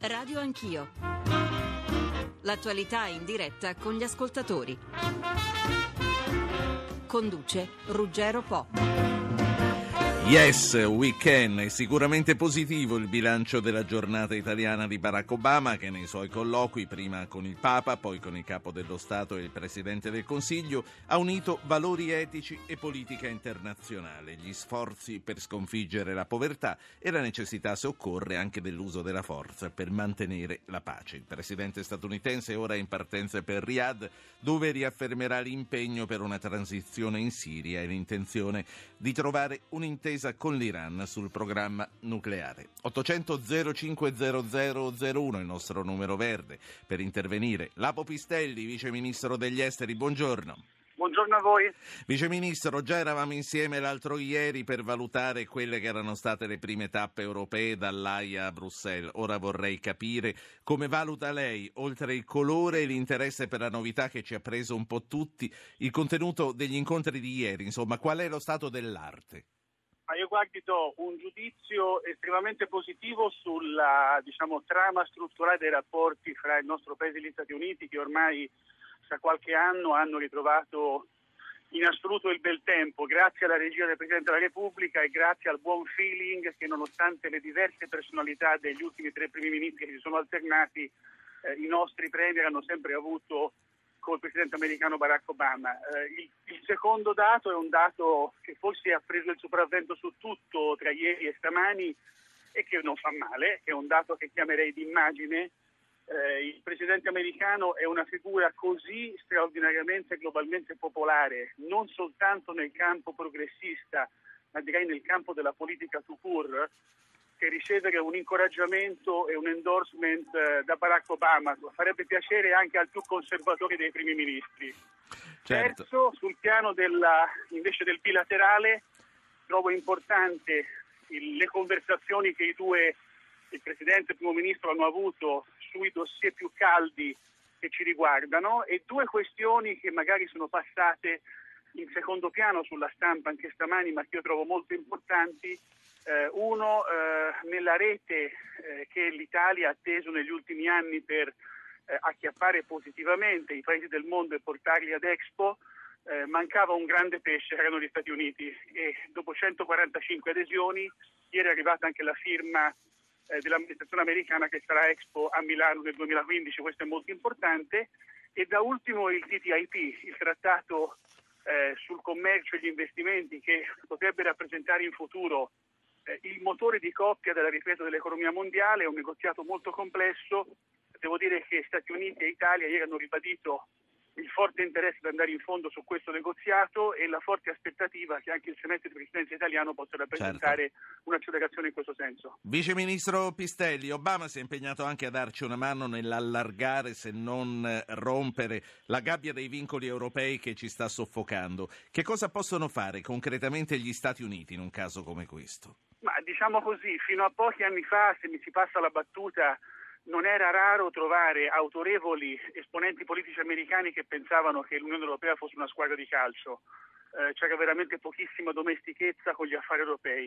Radio Anch'io. L'attualità in diretta con gli ascoltatori. Conduce Ruggero Po. Yes, weekend. È sicuramente positivo il bilancio della giornata italiana di Barack Obama, che nei suoi colloqui, prima con il Papa, poi con il Capo dello Stato e il Presidente del Consiglio, ha unito valori etici e politica internazionale, gli sforzi per sconfiggere la povertà e la necessità, se occorre, anche dell'uso della forza per mantenere la pace. Il Presidente statunitense è ora in partenza per Riyadh, dove riaffermerà l'impegno per una transizione in Siria e l'intenzione di trovare un'intesa con l'Iran sul programma nucleare. 800 05 0001 il nostro numero verde per intervenire. Lapo Pistelli, Vice Ministro degli Esteri, buongiorno. Buongiorno a voi. Vice Ministro, già eravamo insieme l'altro ieri per valutare quelle che erano state le prime tappe europee dall'Aia a Bruxelles. Ora vorrei capire come valuta lei, oltre il colore e l'interesse per la novità che ci ha preso un po' tutti, il contenuto degli incontri di ieri. Insomma, qual è lo stato dell'arte? Ma io do un giudizio estremamente positivo sulla trama strutturale dei rapporti fra il nostro paese e gli Stati Uniti, che ormai da qualche anno hanno ritrovato in assoluto il bel tempo, grazie alla regia del Presidente della Repubblica e grazie al buon feeling che, nonostante le diverse personalità degli ultimi 3 primi ministri che si sono alternati, i nostri premier hanno sempre avuto col presidente americano Barack Obama. Il secondo dato è un dato che forse ha preso il sopravvento su tutto tra ieri e stamani e che non fa male, che è un dato che chiamerei di immagine. Il presidente americano è una figura così straordinariamente globalmente popolare, non soltanto nel campo progressista, ma direi nel campo della politica tout court, che ricevere un incoraggiamento e un endorsement da Barack Obama farebbe piacere anche al più conservatore dei primi ministri. Certo. Terzo, sul piano invece del bilaterale, trovo importante le conversazioni che il Presidente e il Primo Ministro hanno avuto sui dossier più caldi che ci riguardano e 2 questioni che magari sono passate in secondo piano sulla stampa anche stamani, ma che io trovo molto importanti. Uno, nella rete che l'Italia ha atteso negli ultimi anni per acchiappare positivamente i paesi del mondo e portarli ad Expo, mancava un grande pesce, erano gli Stati Uniti, e dopo 145 adesioni ieri è arrivata anche la firma dell'amministrazione americana che sarà Expo a Milano nel 2015, questo è molto importante. E da ultimo il TTIP, il trattato sul commercio e gli investimenti, che potrebbe rappresentare in futuro il motore di coppia della ripresa dell'economia mondiale. È un negoziato molto complesso. Devo dire che Stati Uniti e Italia ieri hanno ribadito il forte interesse ad andare in fondo su questo negoziato e la forte aspettativa che anche il semestre di presidenza italiano possa rappresentare un'accelerazione in questo senso. Vice Ministro Pistelli, Obama si è impegnato anche a darci una mano nell'allargare, se non rompere, la gabbia dei vincoli europei che ci sta soffocando. Che cosa possono fare concretamente gli Stati Uniti in un caso come questo? Ma diciamo così, fino a pochi anni fa, se mi si passa la battuta, non era raro trovare autorevoli esponenti politici americani che pensavano che l'Unione Europea fosse una squadra di calcio. C'era veramente pochissima domestichezza con gli affari europei.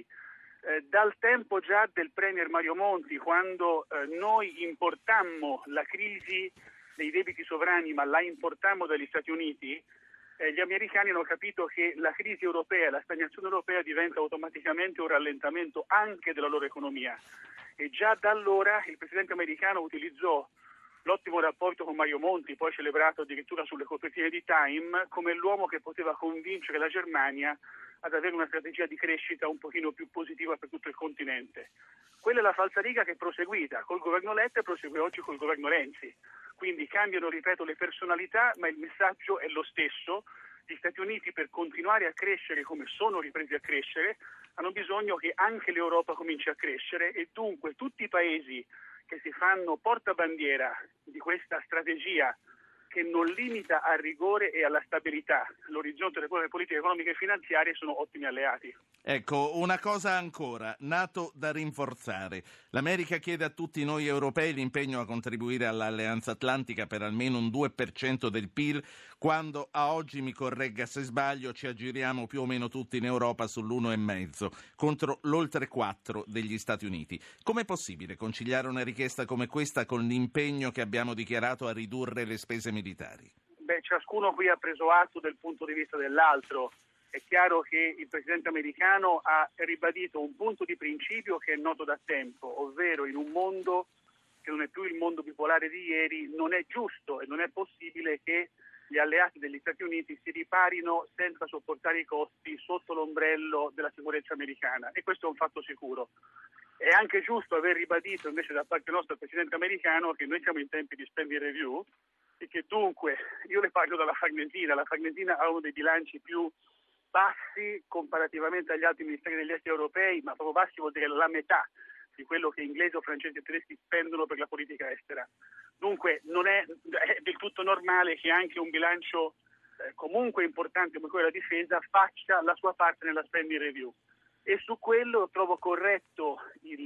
Dal tempo già del premier Mario Monti, quando noi importammo la crisi dei debiti sovrani, ma la importammo dagli Stati Uniti, gli americani hanno capito che la crisi europea, la stagnazione europea diventa automaticamente un rallentamento anche della loro economia. E già da allora il presidente americano utilizzò l'ottimo rapporto con Mario Monti, poi celebrato addirittura sulle copertine di Time, come l'uomo che poteva convincere la Germania ad avere una strategia di crescita un pochino più positiva per tutto il continente. Quella è la falsariga che è proseguita col governo Letta e prosegue oggi col governo Renzi. Quindi cambiano, ripeto, le personalità, ma il messaggio è lo stesso. Gli Stati Uniti, per continuare a crescere come sono ripresi a crescere, hanno bisogno che anche l'Europa cominci a crescere e dunque tutti i paesi che si fanno portabandiera di questa strategia, che non limita al rigore e alla stabilità l'orizzonte delle politiche economiche e finanziarie, sono ottimi alleati. Ecco, una cosa ancora, NATO da rinforzare. L'America chiede a tutti noi europei l'impegno a contribuire all'Alleanza Atlantica per almeno un 2% del PIL, quando a oggi, mi corregga se sbaglio, ci aggiriamo più o meno tutti in Europa sull'1,5 contro l'oltre 4 degli Stati Uniti. Com'è possibile conciliare una richiesta come questa con l'impegno che abbiamo dichiarato a ridurre le spese militari? Ciascuno qui ha preso atto del punto di vista dell'altro. È chiaro che il presidente americano ha ribadito un punto di principio che è noto da tempo, ovvero in un mondo che non è più il mondo bipolare di ieri, non è giusto e non è possibile che gli alleati degli Stati Uniti si riparino senza sopportare i costi sotto l'ombrello della sicurezza americana, e questo è un fatto sicuro. È anche giusto aver ribadito invece da parte nostra al presidente americano che noi siamo in tempi di spending review e che dunque, io le parlo dalla Farnesina, la Farnesina ha uno dei bilanci più bassi comparativamente agli altri ministeri degli esteri europei, ma proprio bassi vuol dire la metà di quello che inglesi o francesi e tedeschi spendono per la politica estera. Dunque è del tutto normale che anche un bilancio comunque importante come quello della difesa faccia la sua parte nella spending review. E su quello trovo corretto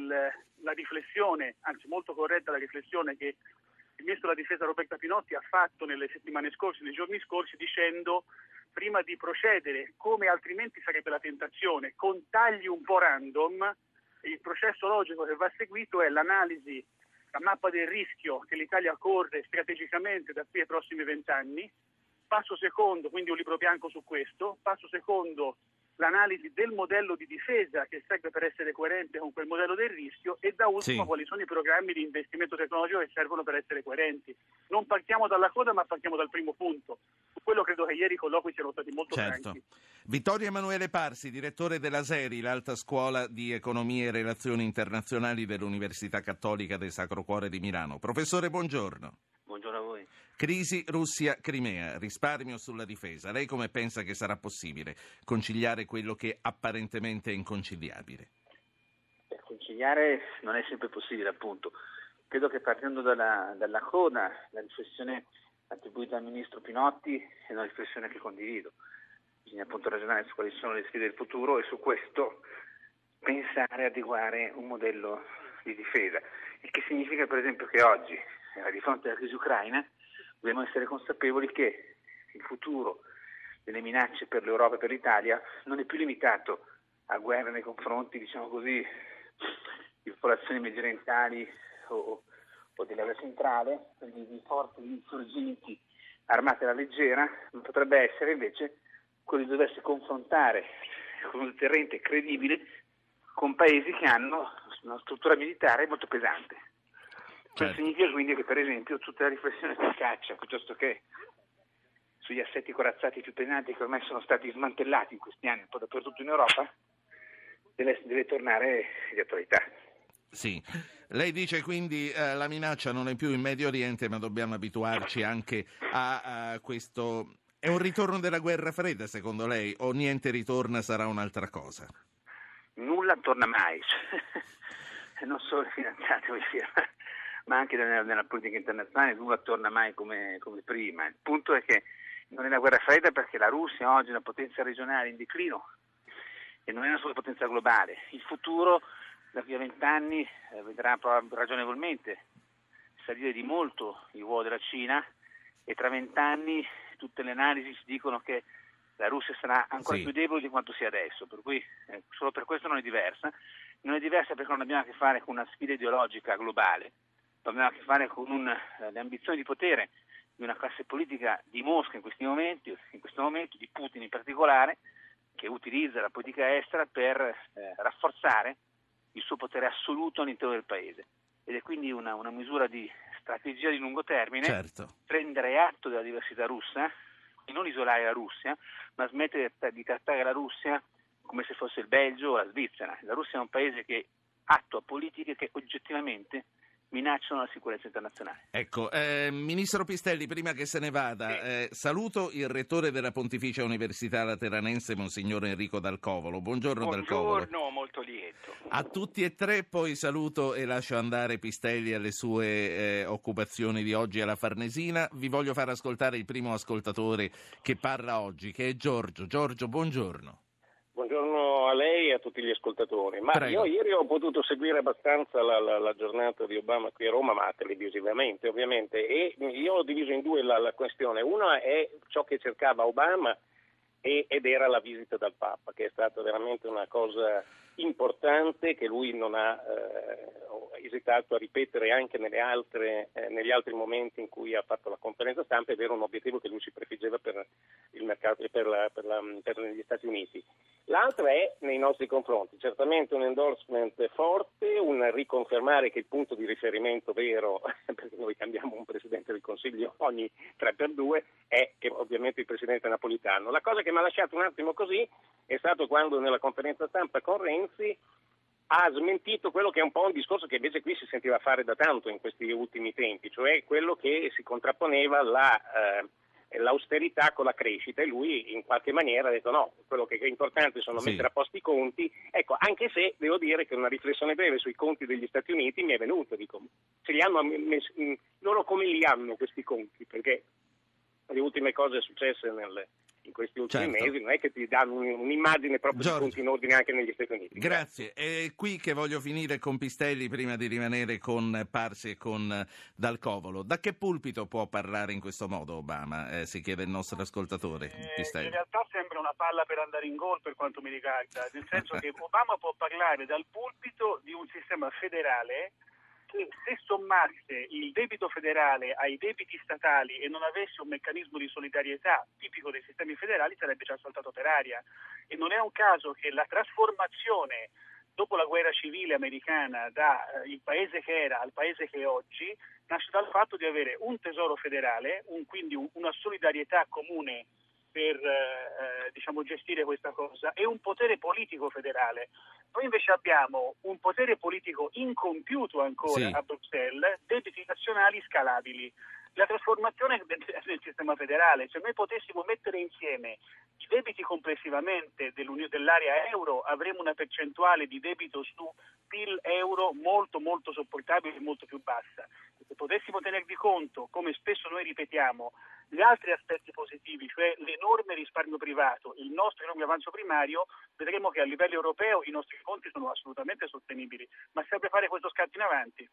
la riflessione, anzi molto corretta la riflessione che il ministro della difesa Roberta Pinotti ha fatto nelle settimane scorse, nei giorni scorsi, dicendo: prima di procedere, come altrimenti sarebbe la tentazione, con tagli un po' random, il processo logico che va seguito è l'analisi, la mappa del rischio che l'Italia corre strategicamente da qui ai prossimi 20 anni, passo secondo, quindi un libro bianco su questo, passo secondo l'analisi del modello di difesa che serve per essere coerente con quel modello del rischio, e da ultimo quali sono i programmi di investimento tecnologico che servono per essere coerenti. Non partiamo dalla coda, ma partiamo dal primo punto. Su quello credo che ieri i colloqui siano stati molto franchi. Vittorio Emanuele Parsi, direttore della SERI, l'Alta Scuola di Economia e Relazioni Internazionali dell'Università Cattolica del Sacro Cuore di Milano. Professore, buongiorno. Buongiorno a voi. Crisi Russia-Crimea, risparmio sulla difesa. Lei come pensa che sarà possibile conciliare quello che apparentemente è inconciliabile? Conciliare non è sempre possibile, appunto. Credo che partendo dalla coda, la riflessione attribuita al ministro Pinotti è una riflessione che condivido. Bisogna appunto ragionare su quali sono le sfide del futuro e su questo pensare a adeguare un modello di difesa. Il che significa per esempio che oggi, di fronte alla crisi ucraina, dobbiamo essere consapevoli che il futuro delle minacce per l'Europa e per l'Italia non è più limitato a guerre nei confronti, diciamo così, di popolazioni mediorientali o dell'area centrale, quindi di forti insorgenti armate alla leggera, ma potrebbe essere invece quello di doversi confrontare con un deterrente credibile con paesi che hanno una struttura militare molto pesante. Questo significa quindi che per esempio tutta la riflessione sulla caccia, piuttosto che sugli assetti corazzati più pesanti che ormai sono stati smantellati in questi anni un po' dappertutto in Europa, deve tornare di attualità. Sì, lei dice quindi la minaccia non è più in Medio Oriente, ma dobbiamo abituarci anche a questo. È un ritorno della guerra fredda secondo lei, o niente ritorna, sarà un'altra cosa? Nulla torna mai, non solo finanziato ma anche nella politica internazionale nulla torna mai come prima. Il punto è che non è una guerra fredda perché la Russia oggi è una potenza regionale in declino e non è una sola potenza globale. Il futuro da qui a 20 anni vedrà ragionevolmente salire di molto il ruolo della Cina, e tra 20 anni tutte le analisi ci dicono che la Russia sarà ancora più debole di quanto sia adesso, per cui solo per questo non è diversa. Non è diversa perché non abbiamo a che fare con una sfida ideologica globale, abbiamo a che fare con le ambizioni di potere di una classe politica di Mosca in questo momento, di Putin in particolare, che utilizza la politica estera per rafforzare il suo potere assoluto all'interno del paese. Ed è quindi una misura di strategia di lungo termine, prendere atto della diversità russa e non isolare la Russia, ma smettere di trattare la Russia come se fosse il Belgio o la Svizzera. La Russia è un paese che attua politiche che oggettivamente minacciano la sicurezza internazionale. Ecco, Ministro Pistelli, prima che se ne vada, saluto il rettore della Pontificia Università Lateranense, Monsignor Enrico Dal Covolo. Buongiorno Dal Covolo. Buongiorno, molto lieto. A tutti e tre, poi saluto e lascio andare Pistelli alle sue occupazioni di oggi alla Farnesina. Vi voglio far ascoltare il primo ascoltatore che parla oggi, che è Giorgio. Giorgio, buongiorno. Buongiorno a lei e a tutti gli ascoltatori. Prego. Io ieri ho potuto seguire abbastanza la giornata di Obama qui a Roma, ma televisivamente ovviamente, e io ho diviso in due la questione. Una è ciò che cercava Obama ed era la visita dal Papa, che è stata veramente una cosa importante che lui non ha esitato a ripetere anche negli altri momenti in cui ha fatto la conferenza stampa, ed era un obiettivo che lui si prefiggeva per il mercato per gli Stati Uniti. L'altra è nei nostri confronti, certamente un endorsement forte, un riconfermare che il punto di riferimento vero, perché noi cambiamo un Presidente del Consiglio ogni 3x2, è che ovviamente il Presidente Napolitano. La cosa che mi ha lasciato un attimo così è stato quando nella conferenza stampa con Renzi ha smentito quello che è un po' un discorso che invece qui si sentiva fare da tanto in questi ultimi tempi, cioè quello che si contrapponeva l'austerità con la crescita, e lui in qualche maniera ha detto no, quello che è importante sono mettere a posto i conti. Ecco, anche se devo dire che una riflessione breve sui conti degli Stati Uniti mi è venuta, dico, se li hanno loro come li hanno questi conti, perché le ultime cose successe in questi ultimi mesi non è che ti danno un'immagine proprio di conti in ordine anche negli Stati Uniti. Grazie. È qui che voglio finire con Pistelli prima di rimanere con Parsi e con Dal Covolo. Da che pulpito può parlare in questo modo Obama? Si chiede il nostro ascoltatore Pistelli. In realtà sembra una palla per andare in gol per quanto mi riguarda, nel senso che Obama può parlare dal pulpito di un sistema federale che, se sommasse il debito federale ai debiti statali e non avesse un meccanismo di solidarietà tipico dei sistemi federali, sarebbe già saltato per aria. E non è un caso che la trasformazione dopo la guerra civile americana da il paese che era al paese che è oggi nasce dal fatto di avere un tesoro federale, quindi una solidarietà comune per gestire questa cosa, e un potere politico federale. Noi invece abbiamo un potere politico incompiuto ancora a Bruxelles, debiti nazionali scalabili. La trasformazione del sistema federale, se noi potessimo mettere insieme i debiti complessivamente dell'area euro, avremo una percentuale di debito su PIL euro molto molto sopportabile e molto più bassa. Se potessimo tener di conto, come spesso noi ripetiamo, gli altri aspetti positivi, cioè l'enorme risparmio privato, il nostro enorme avanzo primario, vedremo che a livello europeo i nostri conti sono assolutamente sostenibili, ma serve fare questo scatto in avanti.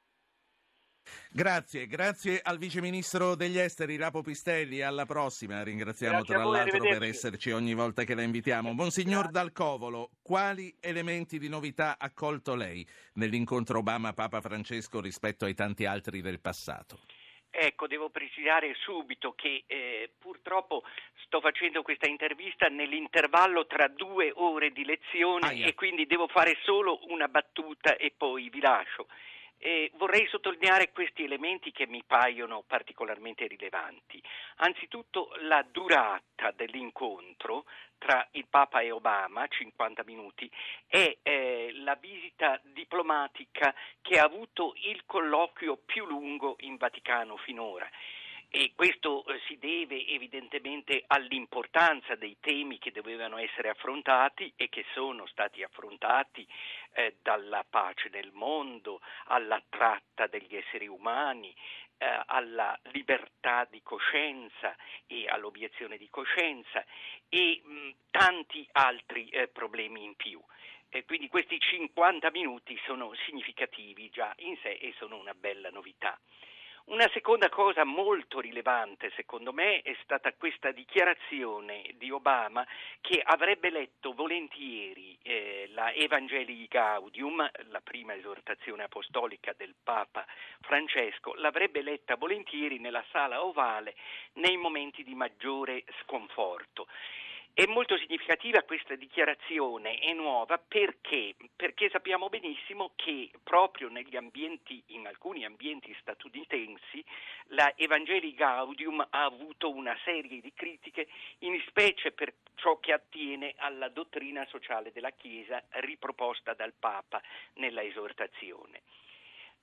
Grazie al Vice Ministro degli Esteri Lapo Pistelli, alla prossima. Ringraziamo tra l'altro per esserci ogni volta che la invitiamo. Monsignor Dal Covolo, quali elementi di novità ha colto lei nell'incontro Obama-Papa Francesco rispetto ai tanti altri del passato? Ecco, devo precisare subito che purtroppo sto facendo questa intervista nell'intervallo tra 2 ore di lezione e quindi devo fare solo una battuta e poi vi lascio. Vorrei sottolineare questi elementi che mi paiono particolarmente rilevanti. Anzitutto la durata dell'incontro tra il Papa e Obama, 50 minuti, è la visita diplomatica che ha avuto il colloquio più lungo in Vaticano finora. E questo si deve evidentemente all'importanza dei temi che dovevano essere affrontati e che sono stati affrontati, dalla pace nel mondo, alla tratta degli esseri umani, alla libertà di coscienza e all'obiezione di coscienza e tanti altri problemi in più. Quindi questi 50 minuti sono significativi già in sé e sono una bella novità. Una seconda cosa molto rilevante, secondo me, è stata questa dichiarazione di Obama che avrebbe letto volentieri la Evangelii Gaudium, la prima esortazione apostolica del Papa Francesco, l'avrebbe letta volentieri nella sala ovale nei momenti di maggiore sconforto. È molto significativa questa dichiarazione, è nuova perché sappiamo benissimo che proprio in alcuni ambienti statunitensi la Evangelii Gaudium ha avuto una serie di critiche, in specie per ciò che attiene alla dottrina sociale della Chiesa riproposta dal Papa nella esortazione.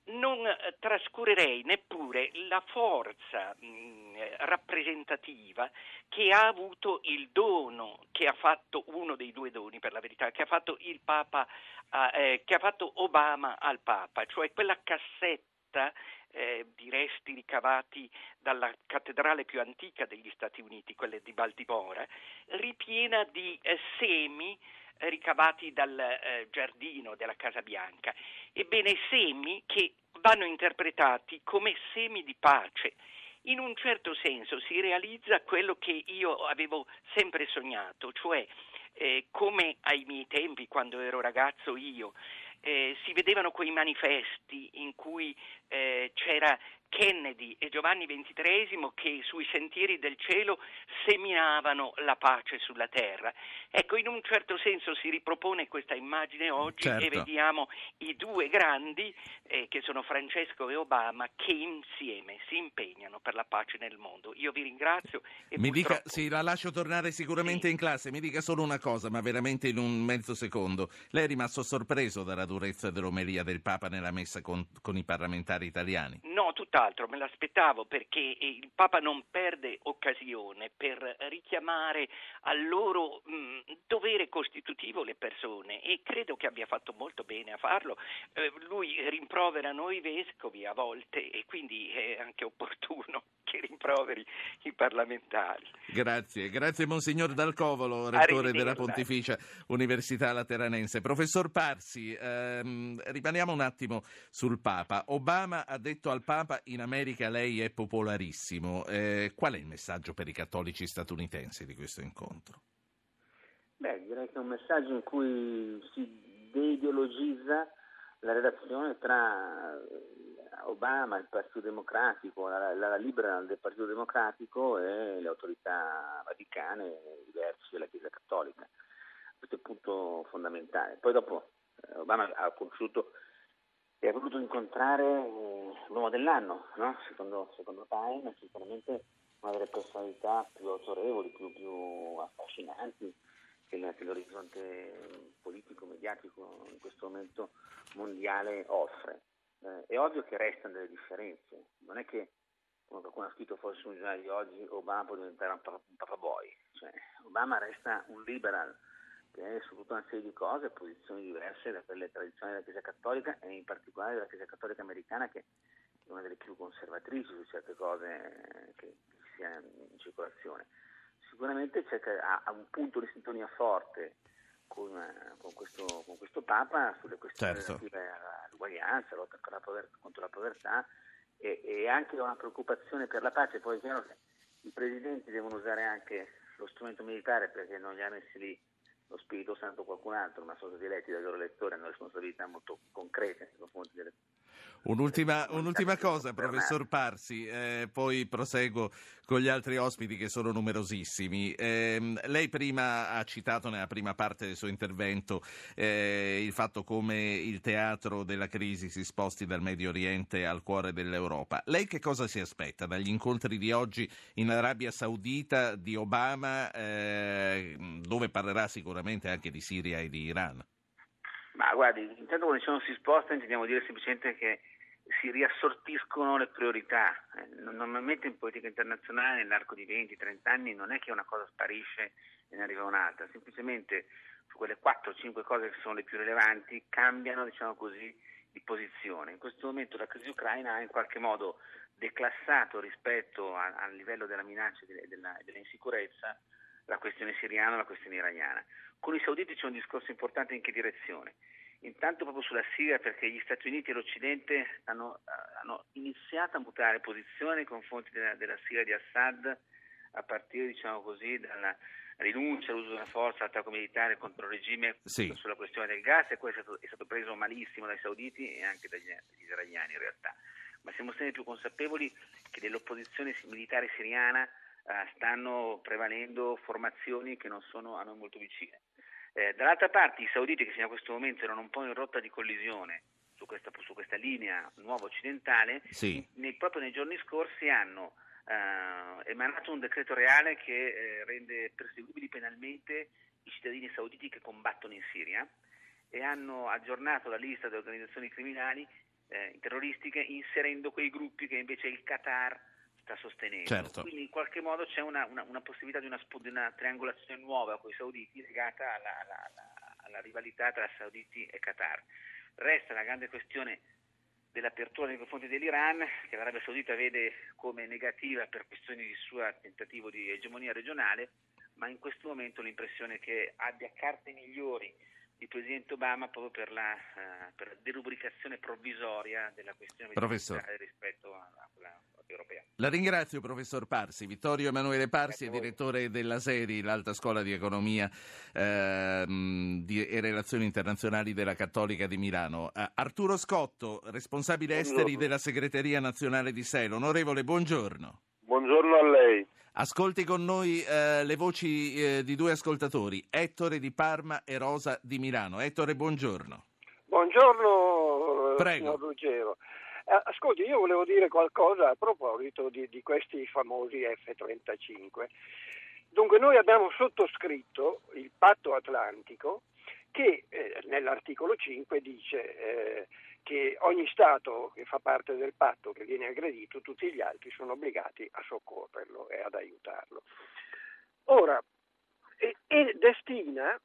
non trascurerei neppure la forza rappresentativa che ha avuto il dono, che ha fatto uno dei due doni per la verità, che ha fatto il Papa, che ha fatto Obama al Papa, cioè quella cassetta di resti ricavati dalla cattedrale più antica degli Stati Uniti, quella di Baltimora, ripiena di semi ricavati dal giardino della Casa Bianca. Ebbene, semi che vanno interpretati come semi di pace. In un certo senso si realizza quello che io avevo sempre sognato, cioè come ai miei tempi, quando ero ragazzo io, si vedevano quei manifesti in cui c'era Kennedy e Giovanni XXIII che sui sentieri del cielo seminavano la pace sulla terra. Ecco, in un certo senso si ripropone questa immagine oggi, certo. E vediamo i due grandi, che sono Francesco e Obama, che insieme si impegnano per la pace nel mondo. Io vi ringrazio e Mi dica, purtroppo... sì, la lascio tornare sicuramente in classe, mi dica solo una cosa, ma veramente in un mezzo secondo. Lei è rimasto sorpreso dalla durezza dell'omelia del Papa nella messa con i parlamentari italiani? No, tutt'altro, me l'aspettavo, perché il Papa non perde occasione per richiamare al loro dovere costitutivo le persone, e credo che abbia fatto molto bene a farlo. Lui rimprovera noi vescovi a volte, e quindi è anche opportuno che rimproveri i parlamentari. Grazie Monsignor Dal Covolo, rettore della Pontificia Università Lateranense. Professor Parsi, rimaniamo un attimo sul Papa. Obama ha detto al Papa: in America lei è popolarissimo. Qual è il messaggio per i cattolici statunitensi di questo incontro? Direi che è un messaggio in cui si deideologizza la relazione tra Obama, il Partito Democratico, la liberal del Partito Democratico e le autorità vaticane diverse della Chiesa Cattolica. Questo è il punto fondamentale. Poi dopo Obama ha conosciuto e ha voluto incontrare l'uomo dell'anno, no? Secondo Time, sicuramente una delle personalità più autorevoli, più affascinanti che l'orizzonte politico, mediatico in questo momento mondiale offre. È ovvio che restano delle differenze, non è che, come qualcuno ha scritto forse su un giornale di oggi, Obama può diventare un papaboy, cioè Obama resta un liberal che su tutta una serie di cose, posizioni diverse da quelle tradizionali della Chiesa Cattolica, e in particolare della Chiesa Cattolica americana, che è una delle più conservatrici su certe cose che si ha in circolazione. Sicuramente ha un punto di sintonia forte con questo Papa sulle questioni relative all'uguaglianza, lotta contro la povertà, e anche una preoccupazione per la pace. Poi è chiaro che i presidenti devono usare anche lo strumento militare, perché non li ha messi lì lo Spirito Santo o qualcun altro, ma sono stati eletti dai loro elettori, hanno responsabilità molto concrete nei confronti delle... Un'ultima cosa, professor Parsi, poi proseguo con gli altri ospiti che sono numerosissimi. Lei prima ha citato nella prima parte del suo intervento il fatto come il teatro della crisi si sposti dal Medio Oriente al cuore dell'Europa. Lei che cosa si aspetta dagli incontri di oggi in Arabia Saudita di Obama, dove parlerà sicuramente anche di Siria e di Iran? Ma guardi, intanto quando diciamo si sposta intendiamo dire semplicemente che si riassortiscono le priorità. Normalmente in politica internazionale nell'arco di 20-30 anni non è che una cosa sparisce e ne arriva un'altra, semplicemente su quelle 4-5 cose che sono le più rilevanti cambiano, diciamo così, di posizione. In questo momento la crisi ucraina ha in qualche modo declassato rispetto al livello della minaccia e dell'insicurezza la questione siriana e la questione iraniana. Con i sauditi c'è un discorso importante in che direzione? Intanto proprio sulla Siria, perché gli Stati Uniti e l'Occidente hanno iniziato a mutare posizione nei confronti della Siria di Assad, a partire, diciamo così, dalla rinuncia all'uso della forza, all'attacco militare contro il regime sulla questione del gas, e questo è stato preso malissimo dai sauditi e anche dagli iraniani in realtà. Ma siamo sempre più consapevoli che nell'opposizione militare siriana stanno prevalendo formazioni che non sono a noi molto vicine. Dall'altra parte i sauditi, che fino a questo momento erano un po' in rotta di collisione su questa linea nuova occidentale, proprio nei giorni scorsi hanno emanato un decreto reale che rende perseguibili penalmente i cittadini sauditi che combattono in Siria, e hanno aggiornato la lista delle organizzazioni criminali terroristiche, inserendo quei gruppi che invece il Qatar sta sostenendo. Certo. Quindi in qualche modo c'è una possibilità di una triangolazione nuova con i sauditi legata alla rivalità tra sauditi e Qatar. Resta la grande questione dell'apertura nei confronti dell'Iran, che l'Arabia Saudita vede come negativa per questioni di suo tentativo di egemonia regionale, ma in questo momento l'impressione è che abbia carte migliori il Presidente Obama proprio per la derubricazione provvisoria della questione mediorientale rispetto a quella europea. La ringrazio, professor Parsi. Vittorio Emanuele Parsi è direttore della SERI, l'Alta Scuola di Economia e Relazioni Internazionali della Cattolica di Milano. Arturo Scotto, responsabile esteri della Segreteria Nazionale di SEL. Onorevole, buongiorno. Buongiorno a lei. Ascolti con noi le voci di due ascoltatori, Ettore di Parma e Rosa di Milano. Ettore, buongiorno. Buongiorno, Prego. Signor Ruggero. Ascolti, io volevo dire qualcosa a proposito di questi famosi F-35. Dunque, noi abbiamo sottoscritto il Patto Atlantico che nell'articolo 5 dice che ogni Stato che fa parte del patto che viene aggredito, tutti gli altri sono obbligati a soccorrerlo e ad aiutarlo. Ora, e destina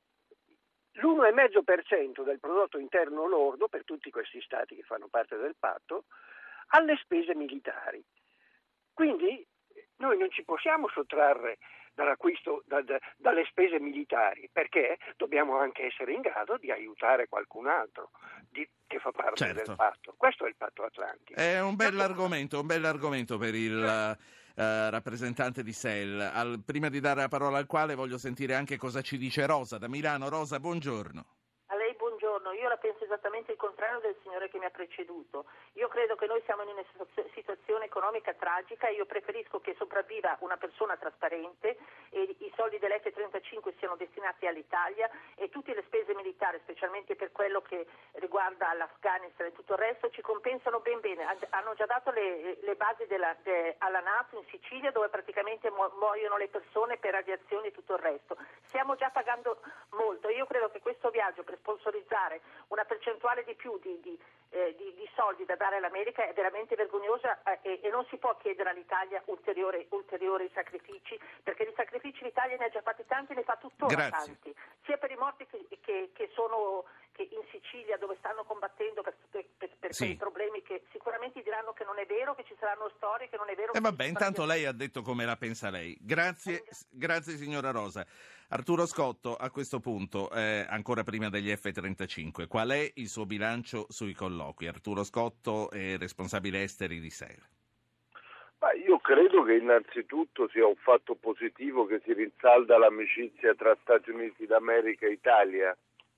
l'1,5% del prodotto interno lordo per tutti questi Stati che fanno parte del patto alle spese militari. Quindi noi non ci possiamo sottrarre dall'acquisto dalle spese militari, perché dobbiamo anche essere in grado di aiutare qualcun altro che fa parte del patto. Questo è il Patto Atlantico. È un bell'argomento per il rappresentante di SEL. Prima di dare la parola al quale voglio sentire anche cosa ci dice Rosa da Milano. Rosa, buongiorno. A lei buongiorno, io la penso esattamente il contrario del signore che mi ha preceduto. Io credo che noi siamo in una situazione economica tragica e io preferisco che sopravviva una persona trasparente e i soldi dell'F-35 siano destinati all'Italia e tutte le spese militari, specialmente per quello che riguarda l'Afghanistan e tutto il resto, ci compensano ben bene. Hanno già dato le basi alla NATO in Sicilia, dove praticamente muoiono le persone per radiazioni e tutto il resto. Stiamo già pagando molto. Io credo che questo viaggio per sponsorizzare una percentuale di più di soldi da dare all'America è veramente vergognosa e non si può chiedere all'Italia ulteriori sacrifici, perché di sacrifici l'Italia ne ha già fatti tanti e ne fa tuttora tanti, sia per i morti che sono in Sicilia, dove stanno combattendo per quei problemi che sicuramente diranno che non è vero, che ci saranno storie, che non è vero. Vabbè, intanto lei ha detto come la pensa lei. Grazie signora Rosa. Arturo Scotto, a questo punto, ancora prima degli F-35, qual è il suo bilancio sui colloqui? Arturo Scotto è responsabile esteri di SEL. Io credo che innanzitutto sia un fatto positivo che si rinsalda l'amicizia tra Stati Uniti d'America e Italia.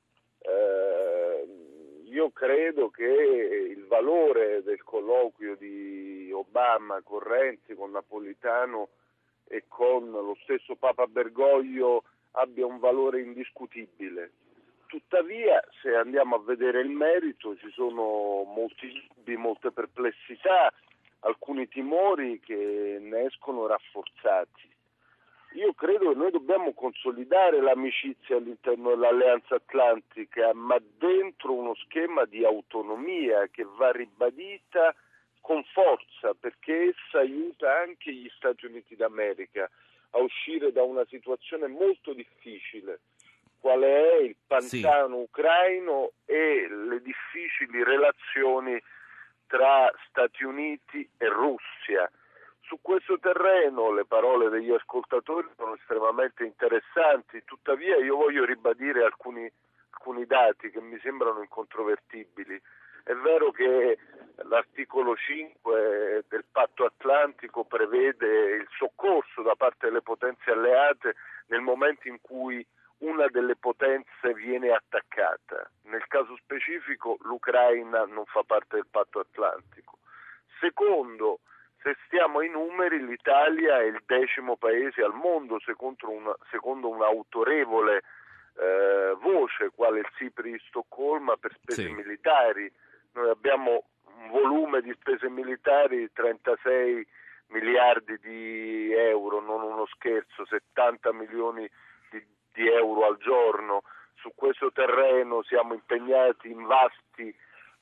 Io credo che il valore del colloquio di Obama con Renzi, con Napolitano e con lo stesso Papa Bergoglio abbia un valore indiscutibile. Tuttavia, se andiamo a vedere il merito, ci sono molti dubbi, molte perplessità, alcuni timori che ne escono rafforzati. Io credo che noi dobbiamo consolidare l'amicizia all'interno dell'Alleanza Atlantica, ma dentro uno schema di autonomia che va ribadita con forza, perché essa aiuta anche gli Stati Uniti d'America a uscire da una situazione molto difficile, quale è il pantano ucraino e le difficili relazioni tra Stati Uniti e Russia. Su questo terreno le parole degli ascoltatori sono estremamente interessanti, tuttavia io voglio ribadire alcuni dati che mi sembrano incontrovertibili. È vero che l'articolo 5 del Patto Atlantico prevede il soccorso da parte delle potenze alleate nel momento in cui una delle potenze viene attaccata. Nel caso specifico l'Ucraina non fa parte del Patto Atlantico. Secondo, se stiamo ai numeri, l'Italia è il 10° paese al mondo secondo un'autorevole voce, quale il SIPRI di Stoccolma, per spese militari. Noi abbiamo un volume di spese militari di 36 miliardi di euro, non uno scherzo, 70 milioni di euro al giorno. Su questo terreno siamo impegnati in vasti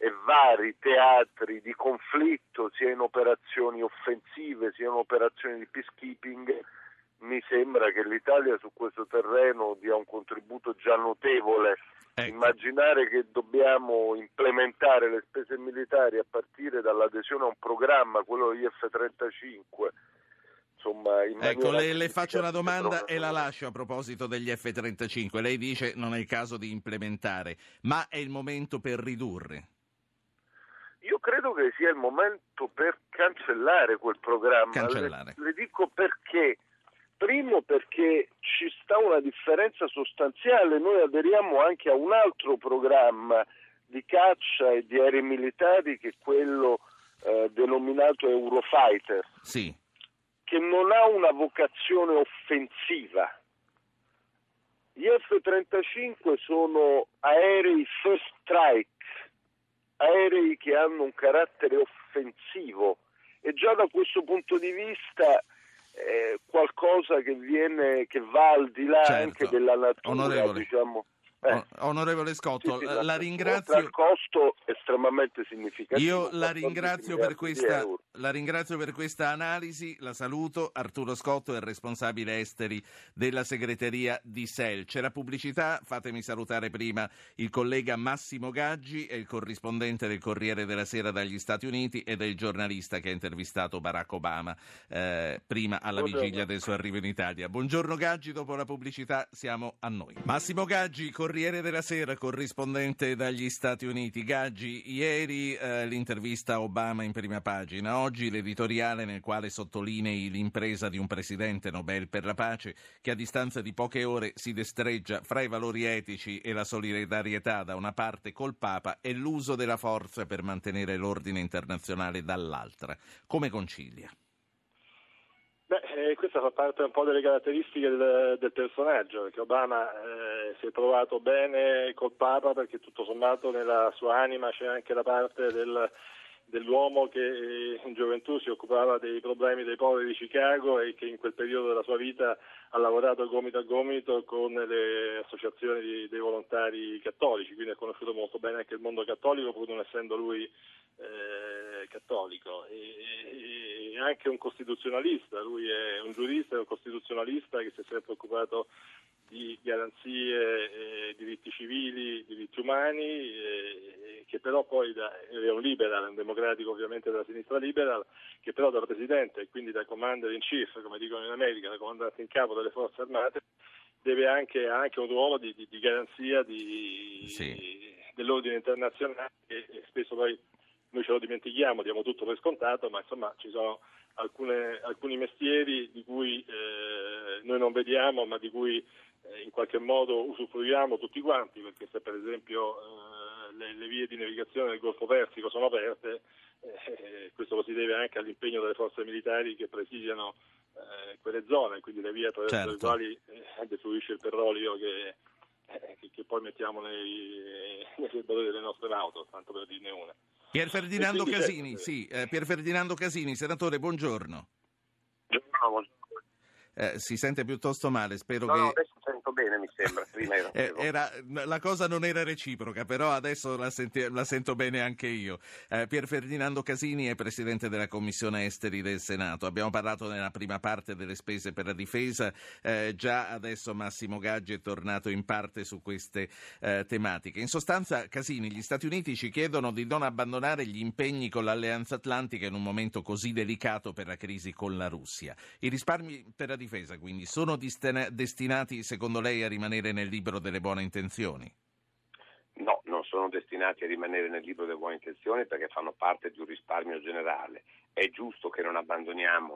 e vari teatri di conflitto, sia in operazioni offensive sia in operazioni di peacekeeping, mi sembra che l'Italia su questo terreno dia un contributo già notevole. Ecco. Immaginare che dobbiamo implementare le spese militari a partire dall'adesione a un programma, quello degli F-35, insomma, ecco, le faccio una domanda e la lascio a proposito degli F-35. Lei dice non è il caso di implementare, ma è il momento per ridurre? Io credo che sia il momento per cancellare quel programma. Le dico perché. Primo, perché ci sta una differenza sostanziale. Noi aderiamo anche a un altro programma di caccia e di aerei militari, che è quello denominato Eurofighter, sì, che non ha una vocazione offensiva. Gli F-35 sono aerei first strike, aerei che hanno un carattere offensivo, e già da questo punto di vista qualcosa che va al di là, certo, anche della natura, onorevole. Diciamo. Onorevole Scotto, sì, la ringrazio. Il costo estremamente significativo. Io la ringrazio per questa analisi, la saluto. Arturo Scotto è il responsabile esteri della segreteria di SEL. C'è la pubblicità, fatemi salutare prima il collega Massimo Gaggi, è il corrispondente del Corriere della Sera dagli Stati Uniti ed è il giornalista che ha intervistato Barack Obama prima alla vigilia del suo arrivo in Italia. Buongiorno Gaggi, dopo la pubblicità siamo a noi. Massimo Gaggi, Corriere della Sera, corrispondente dagli Stati Uniti. Gaggi, ieri l'intervista a Obama in prima pagina, oggi l'editoriale nel quale sottolinei l'impresa di un presidente Nobel per la pace che a distanza di poche ore si destreggia fra i valori etici e la solidarietà da una parte col Papa e l'uso della forza per mantenere l'ordine internazionale dall'altra. Come concilia? Questa fa parte un po' delle caratteristiche del personaggio, perché Obama si è trovato bene col Papa, perché tutto sommato nella sua anima c'è anche la parte dell'uomo che in gioventù si occupava dei problemi dei poveri di Chicago e che in quel periodo della sua vita ha lavorato gomito a gomito con le associazioni dei volontari cattolici, quindi ha conosciuto molto bene anche il mondo cattolico, pur non essendo lui cattolico, e anche un costituzionalista. Lui è un giurista e un costituzionalista che si è sempre occupato di garanzie, diritti civili, diritti umani, che però poi è un liberal, un democratico ovviamente della sinistra liberal, che però da presidente e quindi da commander in chief, come dicono in America, da comandante in capo delle forze armate, ha anche un ruolo di garanzia dell'ordine internazionale, e spesso poi noi ce lo dimentichiamo, diamo tutto per scontato, ma insomma ci sono alcuni mestieri di cui noi non vediamo, ma di cui in qualche modo usufruiamo tutti quanti, perché se per esempio le vie di navigazione del Golfo Persico sono aperte, questo lo si deve anche all'impegno delle forze militari che presidiano quelle zone, quindi le vie attraverso le quali defluisce il petrolio che poi mettiamo nei serbatoi delle nostre auto, tanto per dirne una. Pier Ferdinando Casini, Pier Ferdinando Casini, senatore, buongiorno. Buongiorno. Si sente piuttosto male, spero che... No, adesso sento bene, mi sembra. Prima la cosa non era reciproca, però adesso la sento bene anche io. Pier Ferdinando Casini è presidente della Commissione Esteri del Senato. Abbiamo parlato nella prima parte delle spese per la difesa, già adesso Massimo Gaggi è tornato in parte su queste tematiche. In sostanza, Casini, gli Stati Uniti ci chiedono di non abbandonare gli impegni con l'Alleanza Atlantica in un momento così delicato per la crisi con la Russia. I risparmi per la difesa, quindi, sono destinati, secondo lei, a rimanere nel libro delle buone intenzioni? No, non sono destinati a rimanere nel libro delle buone intenzioni, perché fanno parte di un risparmio generale. È giusto che non abbandoniamo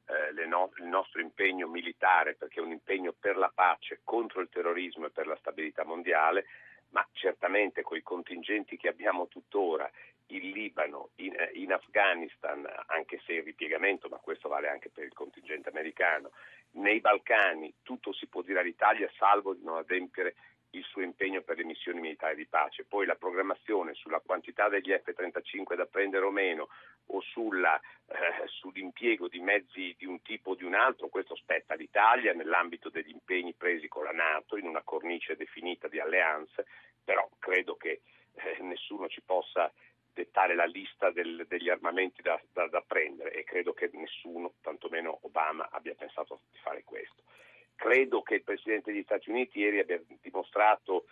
il nostro impegno militare, perché è un impegno per la pace, contro il terrorismo e per la stabilità mondiale, ma certamente con i contingenti che abbiamo tuttora in Libano, in Afghanistan, anche se il ripiegamento, ma questo vale anche per il contingente americano, nei Balcani, tutto si può dire all'Italia salvo di non adempiere il suo impegno per le missioni militari di pace. Poi la programmazione sulla quantità degli F-35 da prendere o meno, o sull'impiego di mezzi di un tipo o di un altro, questo spetta all'Italia nell'ambito degli impegni presi con la NATO in una cornice definita di alleanze, però credo che nessuno ci possa dettare la lista degli armamenti da prendere, e credo che nessuno, tantomeno Obama, abbia pensato di fare questo. Credo che il Presidente degli Stati Uniti ieri abbia dimostrato,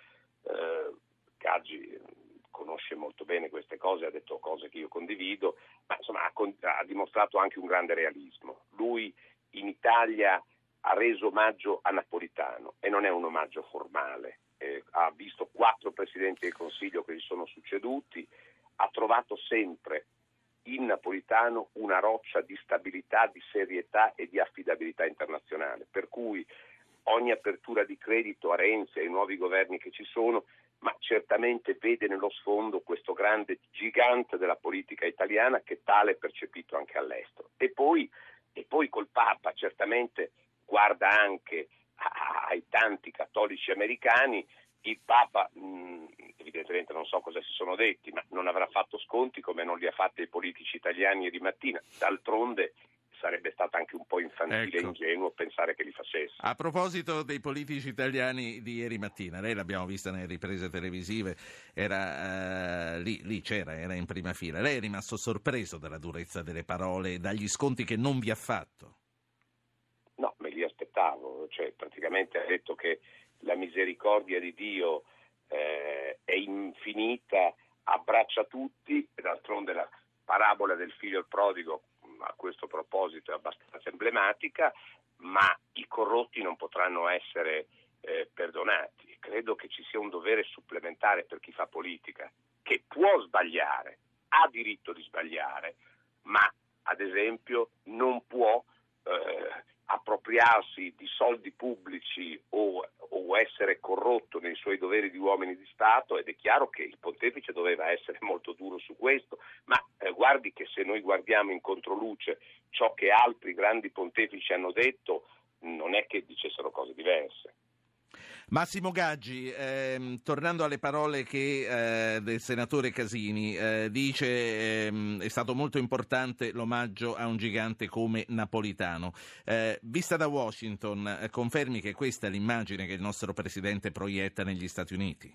Gaggi conosce molto bene queste cose, ha detto cose che io condivido, ma insomma ha dimostrato anche un grande realismo. Lui in Italia ha reso omaggio a Napolitano, e non è un omaggio formale, ha visto 4 Presidenti del Consiglio che gli sono succeduti, ha trovato sempre in Napolitano una roccia di stabilità, di serietà e di affidabilità internazionale, per cui ogni apertura di credito a Renzi e ai nuovi governi che ci sono, ma certamente vede nello sfondo questo grande gigante della politica italiana, che tale è percepito anche all'estero. E poi col Papa certamente guarda anche ai tanti cattolici americani. Il Papa evidentemente non so cosa si sono detti, ma non avrà fatto sconti come non li ha fatti ai politici italiani ieri mattina. D'altronde sarebbe stato anche un po' infantile e ingenuo pensare che li facesse. A proposito dei politici italiani di ieri mattina, lei l'abbiamo vista nelle riprese televisive, era lì c'era, era in prima fila. Lei è rimasto sorpreso dalla durezza delle parole, dagli sconti che non vi ha fatto? No, me li aspettavo, cioè praticamente ha detto che la misericordia di Dio è infinita, abbraccia tutti, e d'altronde la parabola del figlio il prodigo a questo proposito è abbastanza emblematica, ma i corrotti non potranno essere perdonati. Credo che ci sia un dovere supplementare per chi fa politica, che può sbagliare, ha diritto di sbagliare, ma ad esempio non può appropriarsi di soldi pubblici o essere corrotto nei suoi doveri di uomini di Stato, ed è chiaro che il pontefice doveva essere molto duro su questo, ma guardi che se noi guardiamo in controluce ciò che altri grandi pontefici hanno detto, non è che dicessero cose diverse. Massimo Gaggi, tornando alle parole del senatore Casini, dice è stato molto importante l'omaggio a un gigante come Napolitano. Vista da Washington, confermi che questa è l'immagine che il nostro Presidente proietta negli Stati Uniti?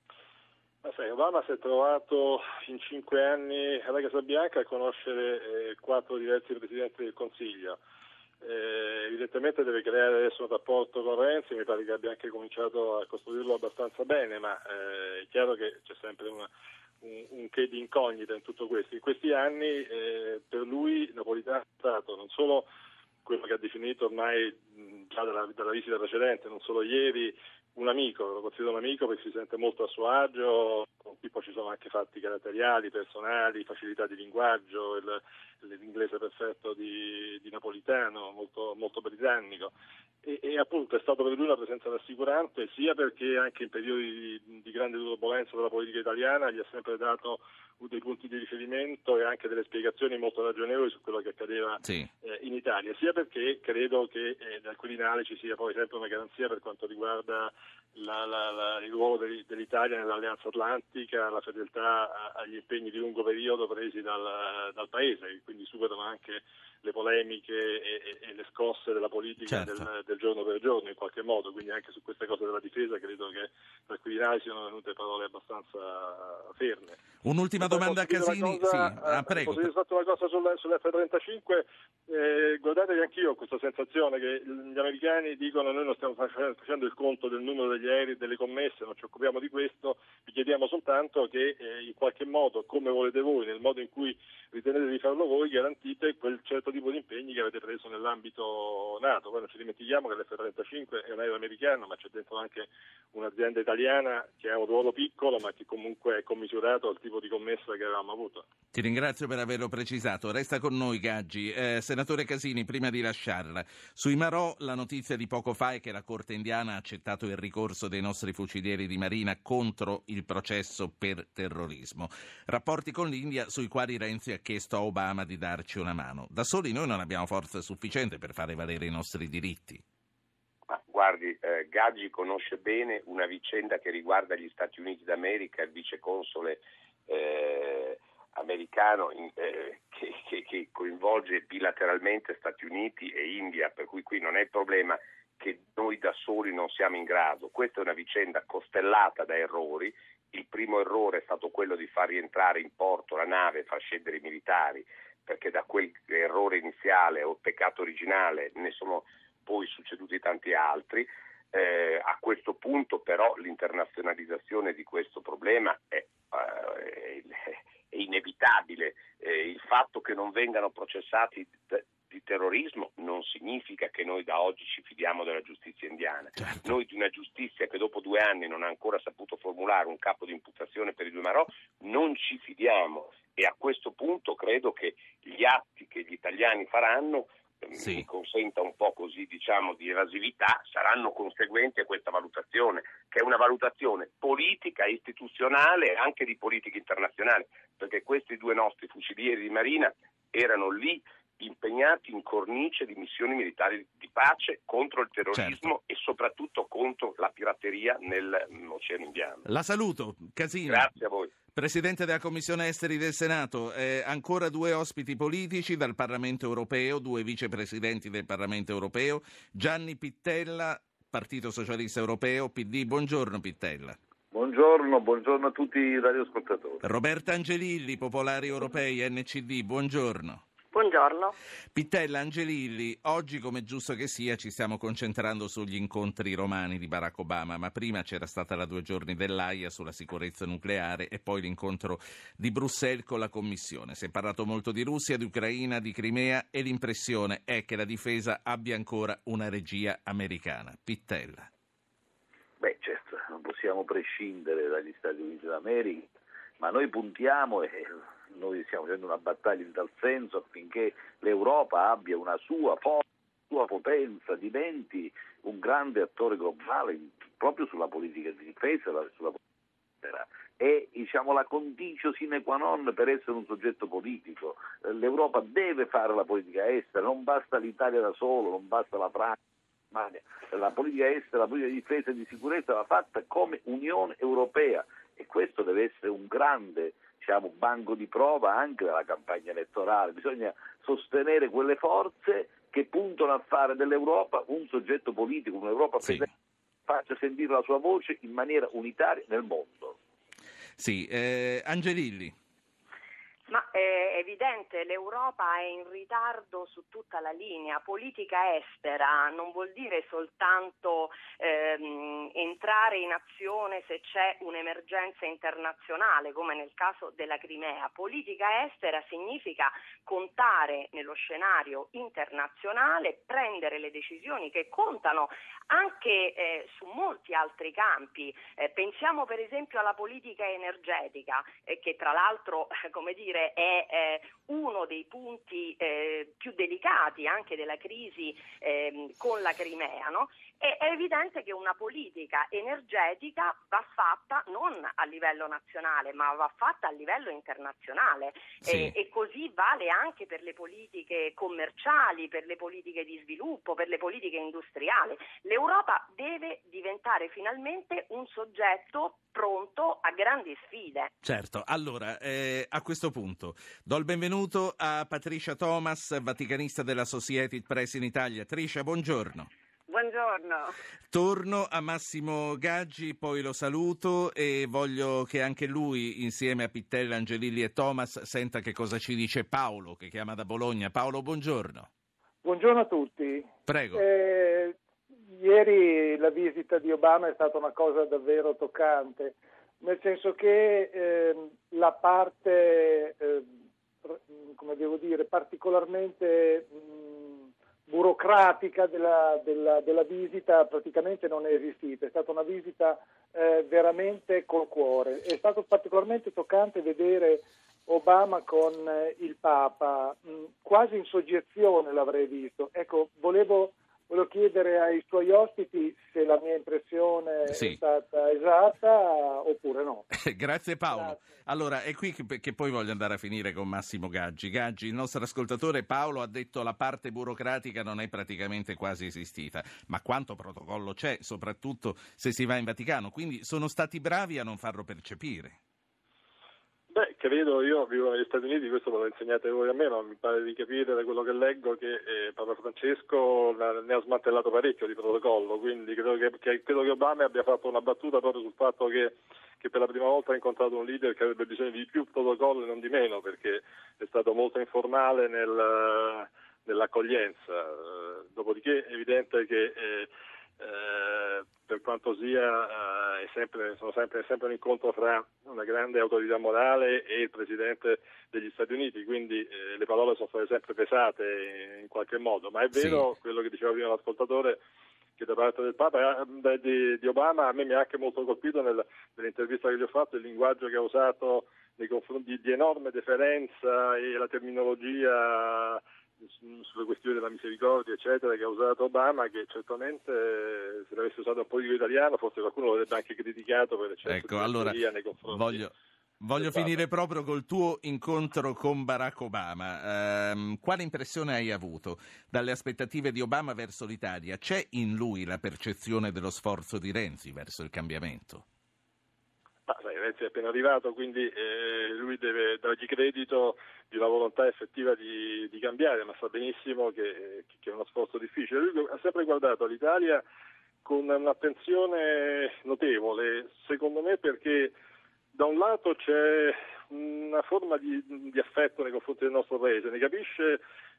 Obama si è trovato in 5 anni alla Casa Bianca a conoscere 4 diversi Presidenti del Consiglio. Evidentemente deve creare adesso un rapporto con Renzi, mi pare che abbia anche cominciato a costruirlo abbastanza bene, ma è chiaro che c'è sempre un che di incognita in tutto questo. In questi anni per lui Napolitano è stato non solo quello che ha definito ormai già dalla visita precedente, non solo ieri, un amico, lo considero un amico perché si sente molto a suo agio, con cui poi ci sono anche fatti caratteriali, personali, facilità di linguaggio, l'inglese perfetto di Napolitano, molto, molto britannico. E appunto è stato per lui una presenza rassicurante, sia perché anche in periodi di grande turbolenza della politica italiana gli ha sempre dato dei punti di riferimento e anche delle spiegazioni molto ragionevoli su quello che accadeva in Italia, sia perché credo che dal Quirinale ci sia poi sempre una garanzia per quanto riguarda il ruolo dell'Italia nell'Alleanza Atlantica, la fedeltà agli impegni di lungo periodo presi dal Paese, che quindi superano anche le polemiche e le scosse della politica del giorno per giorno in qualche modo, quindi anche su queste cose della difesa credo che dal Quirinale siano venute parole abbastanza ferme. Un'ultima domanda a Casini. Prego. Posso dire una cosa sull'F-35? Guardate che anch'io ho questa sensazione che gli americani dicono noi non stiamo facendo il conto del numero degli aerei e delle commesse, non ci occupiamo di questo, vi chiediamo soltanto che in qualche modo, come volete voi, nel modo in cui ritenete di farlo voi, garantite quel certo tipo di impegni che avete preso nell'ambito NATO. Poi non ci dimentichiamo che l'F-35 è un aereo americano, ma c'è dentro anche un'azienda italiana che ha un ruolo piccolo, ma che comunque è commisurato al tipo di commessa che avevamo avuto. Ti ringrazio per averlo precisato. Resta con noi, Gaggi. Senatore Casini, prima di lasciarla, sui Marò la notizia di poco fa è che la Corte indiana ha accettato il ricorso dei nostri fucilieri di Marina contro il processo per terrorismo. Rapporti con l'India sui quali Renzi ha chiesto a Obama di darci una mano. Da soli noi non abbiamo forza sufficiente per fare valere i nostri diritti. Guardi, Gaggi conosce bene una vicenda che riguarda gli Stati Uniti d'America, il viceconsole americano che coinvolge bilateralmente Stati Uniti e India, per cui qui non è il problema che noi da soli non siamo in grado. Questa è una vicenda costellata da errori il primo errore è stato quello di far rientrare in porto la nave e far scendere i militari, perché da quell'errore iniziale o peccato originale ne sono poi succeduti tanti altri. A questo punto però l'internazionalizzazione di questo problema è inevitabile. Il fatto che non vengano processati di terrorismo non significa che noi da oggi ci fidiamo della giustizia indiana. Certo. Noi di una giustizia che dopo 2 anni non ha ancora saputo formulare un capo di imputazione per i 2 Marò non ci fidiamo, e a questo punto credo che gli atti che gli italiani faranno, mi consenta un po' così di evasività, saranno conseguenti a questa valutazione, che è una valutazione politica, istituzionale e anche di politica internazionale, perché questi 2 nostri fucilieri di marina erano lì impegnati in cornice di missioni militari di pace contro il terrorismo, certo, e soprattutto contro la pirateria nell'Oceano Indiano. La saluto, Casini. Grazie a voi. Presidente della Commissione Esteri del Senato, ancora 2 ospiti politici dal Parlamento Europeo, 2 vicepresidenti del Parlamento Europeo, Gianni Pittella, Partito Socialista Europeo, PD. Buongiorno Pittella. Buongiorno a tutti i radioascoltatori. Roberta Angelilli, Popolari Europei, NCD. Buongiorno. Buongiorno. Pittella, Angelilli, oggi come è giusto che sia ci stiamo concentrando sugli incontri romani di Barack Obama, ma prima c'era stata la 2 giorni dell'Aia sulla sicurezza nucleare e poi l'incontro di Bruxelles con la Commissione. Si è parlato molto di Russia, di Ucraina, di Crimea e l'impressione è che la difesa abbia ancora una regia americana. Pittella. Beh, certo, non possiamo prescindere dagli Stati Uniti d'America, ma noi puntiamo e noi stiamo facendo una battaglia in tal senso affinché l'Europa abbia una sua forza, sua potenza, diventi un grande attore globale proprio sulla politica di difesa, sulla politica estera. È la condicio sine qua non per essere un soggetto politico. L'Europa deve fare la politica estera, non basta l'Italia da solo, non basta la Francia. La politica estera, la politica di difesa e di sicurezza va fatta come Unione Europea, e questo deve essere un grande banco di prova anche della campagna elettorale. Bisogna sostenere quelle forze che puntano a fare dell'Europa un soggetto politico, un'Europa che faccia sentire la sua voce in maniera unitaria nel mondo. Sì, Angelilli. Ma è evidente, l'Europa è in ritardo su tutta la linea. Politica estera non vuol dire soltanto entrare in azione se c'è un'emergenza internazionale, come nel caso della Crimea. Politica estera significa contare nello scenario internazionale, prendere le decisioni che contano anche su molti altri campi. Pensiamo per esempio alla politica energetica, che tra l'altro, è uno dei punti più delicati anche della crisi con la Crimea, no? È evidente che una politica energetica va fatta non a livello nazionale, ma va fatta a livello internazionale, e così vale anche per le politiche commerciali, per le politiche di sviluppo, per le politiche industriali. L'Europa deve diventare finalmente un soggetto pronto a grandi sfide. Certo, allora a questo punto do il benvenuto a Patricia Thomas, vaticanista della Associated Press in Italia. Tricia, buongiorno. Buongiorno. Torno a Massimo Gaggi, poi lo saluto e voglio che anche lui, insieme a Pittella, Angelilli e Thomas, senta che cosa ci dice Paolo, che chiama da Bologna. Paolo, buongiorno. Buongiorno a tutti. Prego. Ieri la visita di Obama è stata una cosa davvero toccante, nel senso che la parte, particolarmente burocratica della visita praticamente non è esistita. È stata una visita veramente col cuore. È stato particolarmente toccante vedere Obama con il Papa, quasi in soggezione l'avrei visto. Ecco, volevo chiedere ai suoi ospiti se la mia impressione è stata esatta oppure no. Grazie Paolo. Grazie. Allora, è qui che poi voglio andare a finire con Massimo Gaggi. Gaggi, il nostro ascoltatore Paolo ha detto la parte burocratica non è praticamente quasi esistita, ma quanto protocollo c'è, soprattutto se si va in Vaticano, quindi sono stati bravi a non farlo percepire. Beh, che vedo, io vivo negli Stati Uniti, questo me lo insegnate voi a me, ma mi pare di capire da quello che leggo che Papa Francesco ne ha smantellato parecchio di protocollo, quindi credo che Obama abbia fatto una battuta proprio sul fatto che per la prima volta ha incontrato un leader che avrebbe bisogno di più protocollo e non di meno, perché è stato molto informale nell'accoglienza. Dopodiché è evidente che per quanto sia sono sempre un incontro fra una grande autorità morale e il Presidente degli Stati Uniti, quindi le parole sono state sempre pesate in qualche modo, ma è vero quello che diceva prima l'ascoltatore, che da parte del Papa, di Obama, a me mi ha anche molto colpito nell'intervista che gli ho fatto il linguaggio che ha usato nei confronti di enorme deferenza e la terminologia sulle questioni della misericordia eccetera che ha usato Obama, che certamente se l'avesse usato un po' di italiano forse qualcuno lo avrebbe anche criticato per eccesso di teoria nei confronti. Voglio finire proprio col tuo incontro con Barack Obama. Quale impressione hai avuto dalle aspettative di Obama verso l'Italia? C'è in lui la percezione dello sforzo di Renzi verso il cambiamento? Renzi è appena arrivato, quindi lui deve dargli credito di una volontà effettiva di cambiare, ma sa benissimo che è uno sforzo difficile. Lui ha sempre guardato l'Italia con un'attenzione notevole, secondo me perché da un lato c'è una forma di affetto nei confronti del nostro paese, ne capisce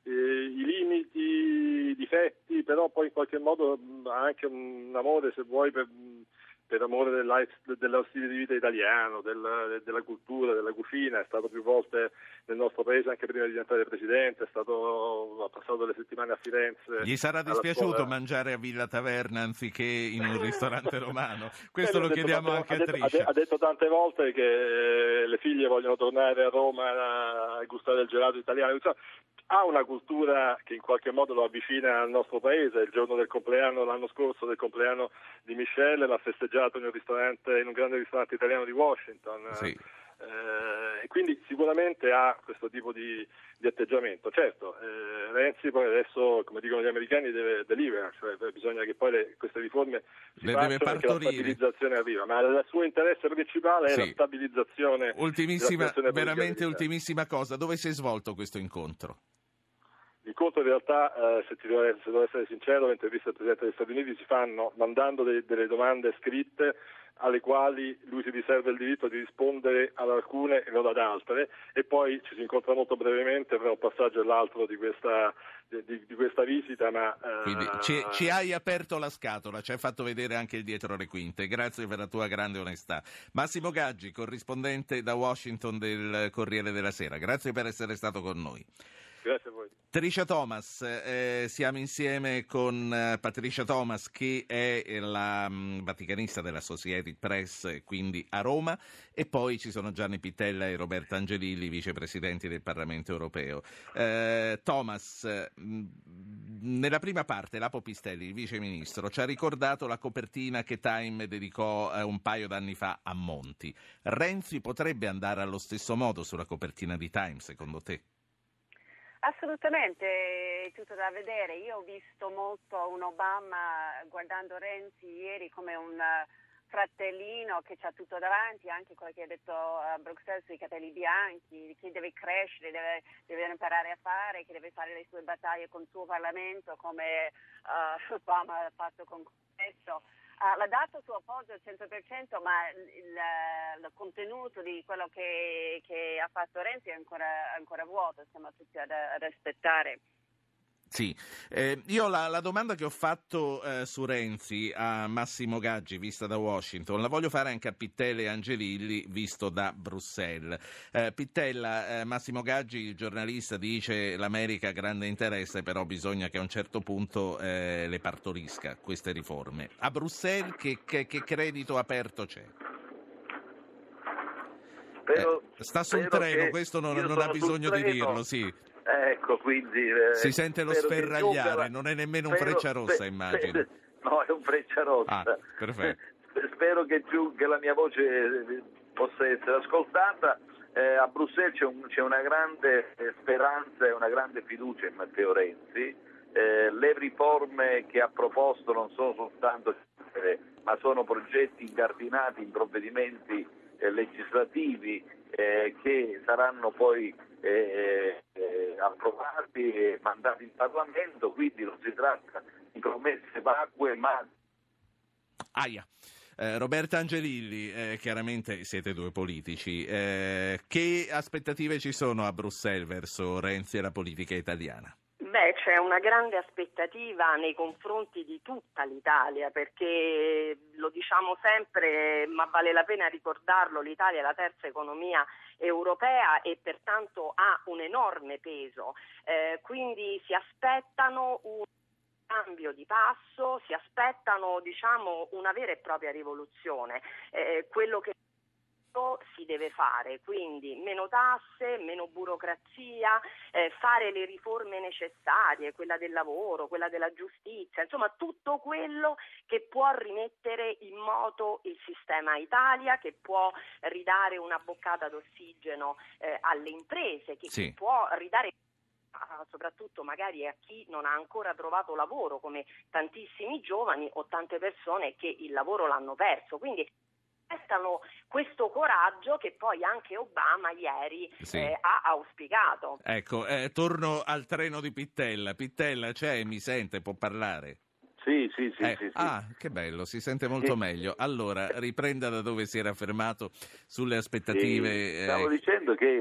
i limiti, i difetti, però poi in qualche modo ha anche un amore, se vuoi, per amore dello stile di vita italiano, della cultura, della cucina. È stato più volte nel nostro paese anche prima di diventare presidente, ha passato delle settimane a Firenze. Gli sarà dispiaciuto mangiare a Villa Taverna anziché in un ristorante romano? Questo lo chiediamo anche a Triscia. Ha detto tante volte che le figlie vogliono tornare a Roma a gustare il gelato italiano. Ha una cultura che in qualche modo lo avvicina al nostro paese. Il giorno del compleanno, l'anno scorso, del compleanno di Michelle, l'ha festeggiato in un grande ristorante italiano di Washington. Sì. E quindi sicuramente ha questo tipo di atteggiamento. Certo, Renzi poi adesso, come dicono gli americani, deve deliver, cioè bisogna che poi queste riforme si facciano e che la stabilizzazione arriva, ma il suo interesse principale è la stabilizzazione. Veramente ultimissima cosa, dove si è svolto questo incontro? L'incontro in realtà, se devo essere sincero, le interviste del Presidente degli Stati Uniti si fanno mandando delle domande scritte alle quali lui si riserva il diritto di rispondere ad alcune e non ad altre, e poi ci si incontra molto brevemente fra un passaggio e l'altro di questa visita. Quindi ci hai aperto la scatola, ci hai fatto vedere anche il dietro le quinte. Grazie per la tua grande onestà. Massimo Gaggi, corrispondente da Washington del Corriere della Sera, grazie per essere stato con noi. Grazie a voi. Trisha Thomas, siamo insieme con Patricia Thomas, che è la vaticanista della Associated Press, quindi a Roma, e poi ci sono Gianni Pittella e Roberta Angelilli, vicepresidenti del Parlamento europeo. Thomas, nella prima parte Lapo Pistelli, il viceministro, ci ha ricordato la copertina che Time dedicò un paio d'anni fa a Monti. Renzi potrebbe andare allo stesso modo sulla copertina di Time, secondo te? Assolutamente, è tutto da vedere. Io ho visto molto un Obama guardando Renzi ieri come un fratellino che c'ha tutto davanti, anche quello che ha detto a Bruxelles sui capelli bianchi, che deve crescere, deve imparare a fare, che deve fare le sue battaglie con il suo Parlamento come Obama ha fatto con questo. L'ha dato il suo appoggio al 100%, ma il contenuto di quello che ha fatto Renzi è ancora vuoto, stiamo tutti ad aspettare. Sì, io la domanda che ho fatto su Renzi a Massimo Gaggi, vista da Washington, la voglio fare anche a Pittella e Angelilli, visto da Bruxelles. Pittella, Massimo Gaggi, il giornalista, dice l'America ha grande interesse, però bisogna che a un certo punto le partorisca queste riforme. A Bruxelles che credito aperto c'è? Sta sul treno, questo non ha bisogno di dirlo, sì. Ecco, quindi si sente lo sferragliare, non è nemmeno un Frecciarossa, immagino. No, è un Frecciarossa. Perfetto. Spero che la mia voce possa essere ascoltata. A Bruxelles c'è una grande speranza e una grande fiducia in Matteo Renzi. Le riforme che ha proposto non sono soltanto ma sono progetti incardinati in provvedimenti legislativi che saranno poi approvati e mandati in Parlamento, quindi non si tratta di promesse vacue ma... Roberta Angelilli, chiaramente siete due politici, che aspettative ci sono a Bruxelles verso Renzi e la politica italiana? Beh, c'è una grande aspettativa nei confronti di tutta l'Italia, perché lo diciamo sempre, ma vale la pena ricordarlo, l'Italia è la terza economia europea e pertanto ha un enorme peso, quindi si aspettano un cambio di passo, si aspettano una vera e propria rivoluzione, quello che si deve fare, quindi meno tasse, meno burocrazia, fare le riforme necessarie, quella del lavoro, quella della giustizia, insomma tutto quello che può rimettere in moto il sistema Italia, che può ridare una boccata d'ossigeno alle imprese, che può ridare soprattutto magari a chi non ha ancora trovato lavoro, come tantissimi giovani o tante persone che il lavoro l'hanno perso, quindi restano questo coraggio che poi anche Obama ieri ha auspicato. Ecco, torno al treno di Pittella. Pittella c'è, mi sente, può parlare? Sì. Ah, che bello, si sente molto meglio. Allora, riprenda da dove si era fermato sulle aspettative. Stavo dicendo che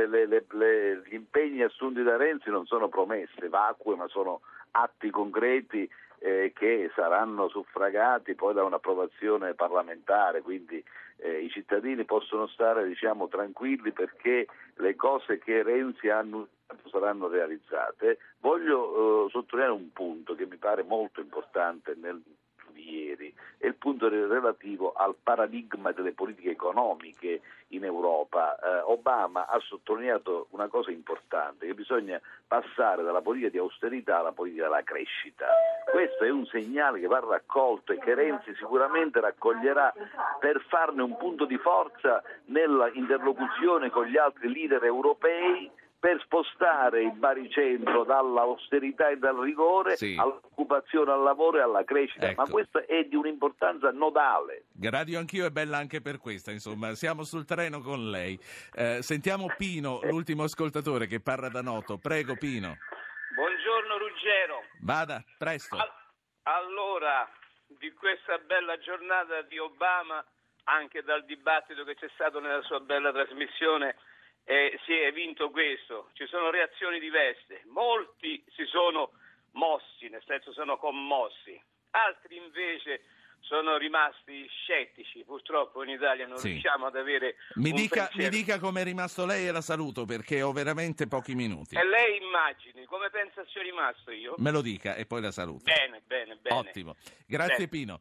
gli impegni assunti da Renzi non sono promesse vacue, ma sono atti concreti che saranno suffragati poi da un'approvazione parlamentare, quindi i cittadini possono stare tranquilli perché le cose che Renzi ha annunciato saranno realizzate. Voglio sottolineare un punto che mi pare molto importante di ieri, è il punto relativo al paradigma delle politiche economiche in Europa. Obama ha sottolineato una cosa importante, che bisogna passare dalla politica di austerità alla politica della crescita. Questo è un segnale che va raccolto e che Renzi sicuramente raccoglierà per farne un punto di forza nella interlocuzione con gli altri leader europei, per spostare il baricentro dall'austerità e dal rigore all'occupazione, al lavoro e alla crescita. Ecco. Ma questo è di un'importanza nodale. Radio Anch'io è bella anche per questo, insomma, siamo sul treno con lei. Sentiamo Pino, l'ultimo ascoltatore che parla da Noto. Prego Pino. Buongiorno Ruggero. Vada, presto. Allora, di questa bella giornata di Obama, anche dal dibattito che c'è stato nella sua bella trasmissione, si è vinto questo. Ci sono reazioni diverse, molti si sono mossi, nel senso sono commossi, altri invece sono rimasti scettici. Purtroppo in Italia non riusciamo ad avere mi dica come è rimasto lei e la saluto, perché ho veramente pochi minuti. E lei immagini come pensa sia rimasto io? Me lo dica e poi la saluto. Bene. Ottimo, grazie Pino.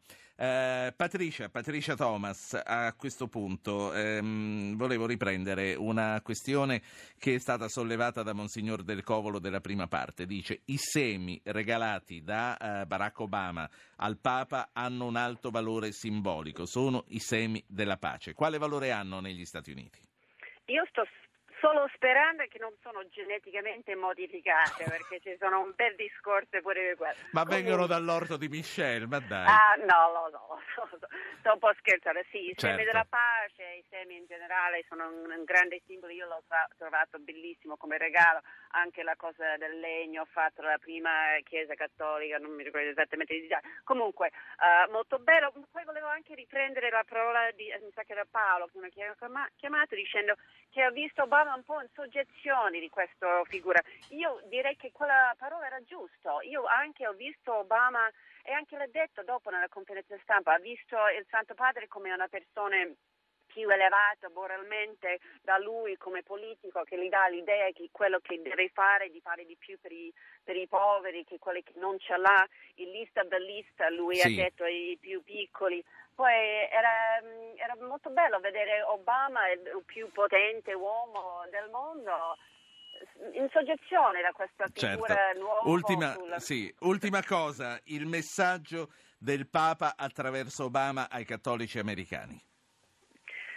Patricia Thomas, a questo punto volevo riprendere una questione che è stata sollevata da Monsignor Del Covolo della prima parte. Dice: i semi regalati da Barack Obama al Papa hanno un alto valore simbolico, sono i semi della pace. Quale valore hanno negli Stati Uniti? Io sto solo sperando che non sono geneticamente modificate, perché ci sono un bel discorso pure di questo. Ma vengono dall'orto di Michelle, ma dai. No, sto un po' scherzando. Sì, i semi della pace, i semi in generale sono un grande simbolo. Io l'ho trovato bellissimo come regalo, anche la cosa del legno fatta dalla prima chiesa cattolica, non mi ricordo esattamente di design. Comunque, molto bello. Poi volevo anche riprendere la parola mi sa che era Paolo che mi ha chiamato dicendo che ha visto Obama un po' in soggezione di questa figura. Io direi che quella parola era giusto. Io anche ho visto Obama, e anche l'ha detto dopo nella conferenza stampa, ha visto il Santo Padre come una persona più elevata moralmente da lui come politico, che gli dà l'idea che quello che deve fare di fare di più per i poveri, che quelli che non ce l'ha, il least of the least, lui ha detto ai più piccoli. Poi era molto bello vedere Obama, il più potente uomo del mondo, in soggezione da questa figura nuova. Ultima cosa, il messaggio del Papa attraverso Obama ai cattolici americani. Ma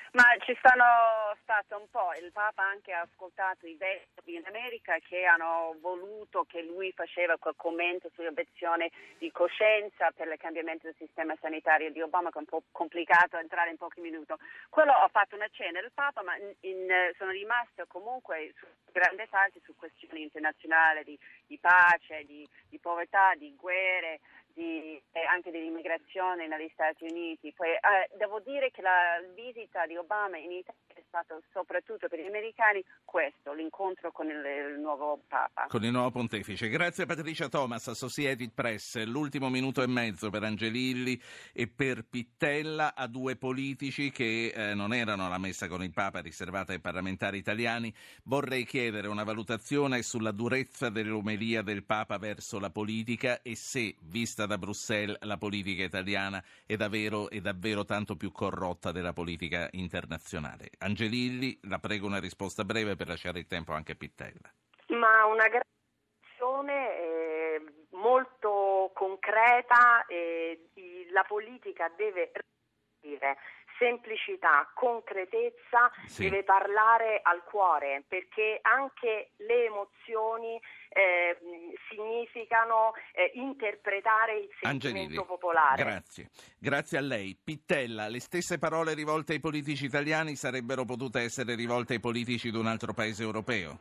ci sono stato un po', il Papa anche ha ascoltato i vescovi in America che hanno voluto che lui faceva quel commento sull'obiezione di coscienza per il cambiamento del sistema sanitario di Obama, che è un po' complicato entrare in pochi minuti. Quello ha fatto una cena del Papa, ma sono rimasto comunque su grande salti su questioni internazionali di pace, di povertà, di guerre, anche dell'immigrazione negli Stati Uniti. Poi devo dire che la visita di Obama in Italia è stato soprattutto per gli americani questo, l'incontro con il nuovo Papa. Con il nuovo pontefice. Grazie a Patricia Thomas, Associated Press. L'ultimo minuto e mezzo per Angelilli e per Pittella, a due politici che non erano alla messa con il Papa riservata ai parlamentari italiani. Vorrei chiedere una valutazione sulla durezza dell'omelia del Papa verso la politica e se, vista da Bruxelles, la politica italiana è davvero tanto più corrotta della politica internazionale. Angelilli, la prego una risposta breve per lasciare il tempo anche a Pittella. Ma una grande molto concreta, la politica deve dire semplicità, concretezza, sì. Deve parlare al cuore, perché anche le emozioni significano interpretare il sentimento popolare. Grazie a lei. Pittella, le stesse parole rivolte ai politici italiani sarebbero potute essere rivolte ai politici di un altro paese europeo?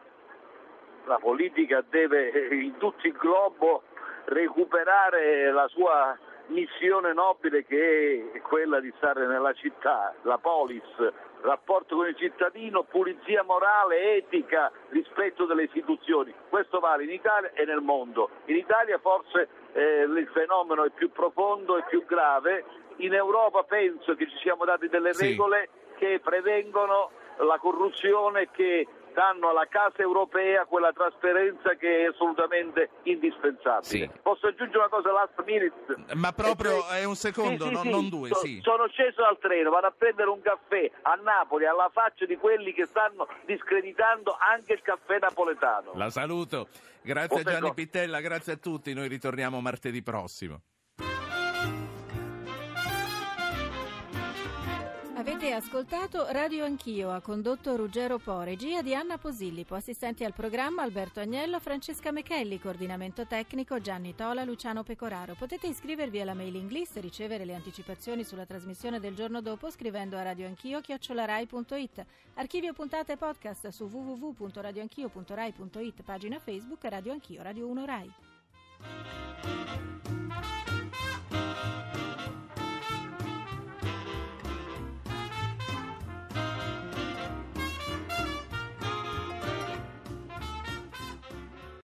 La politica deve in tutto il globo recuperare la sua missione nobile, che è quella di stare nella città, la polis, rapporto con il cittadino, pulizia morale, etica, rispetto delle istituzioni. Questo vale in Italia e nel mondo. In Italia forse il fenomeno è più profondo e più grave. In Europa penso che ci siamo dati delle regole che prevengono la corruzione, che danno alla Casa Europea quella trasparenza che è assolutamente indispensabile. Sì. Posso aggiungere una cosa last minute? Ma proprio è un secondo, non due, sì. Sono sceso dal treno, vado a prendere un caffè a Napoli alla faccia di quelli che stanno discreditando anche il caffè napoletano. La saluto. Grazie a Gianni Pittella, grazie a tutti. Noi ritorniamo martedì prossimo. Avete ascoltato Radio Anch'io, ha condotto Ruggero Po, regia di Anna Posillipo, assistenti al programma Alberto Agnello, Francesca Mechelli, coordinamento tecnico Gianni Tola, Luciano Pecoraro. Potete iscrivervi alla mailing list e ricevere le anticipazioni sulla trasmissione del giorno dopo scrivendo a radioanchio@rai.it. Archivio puntate e podcast su www.radioanchio.rai.it, pagina Facebook Radio Anch'io, Radio 1 Rai.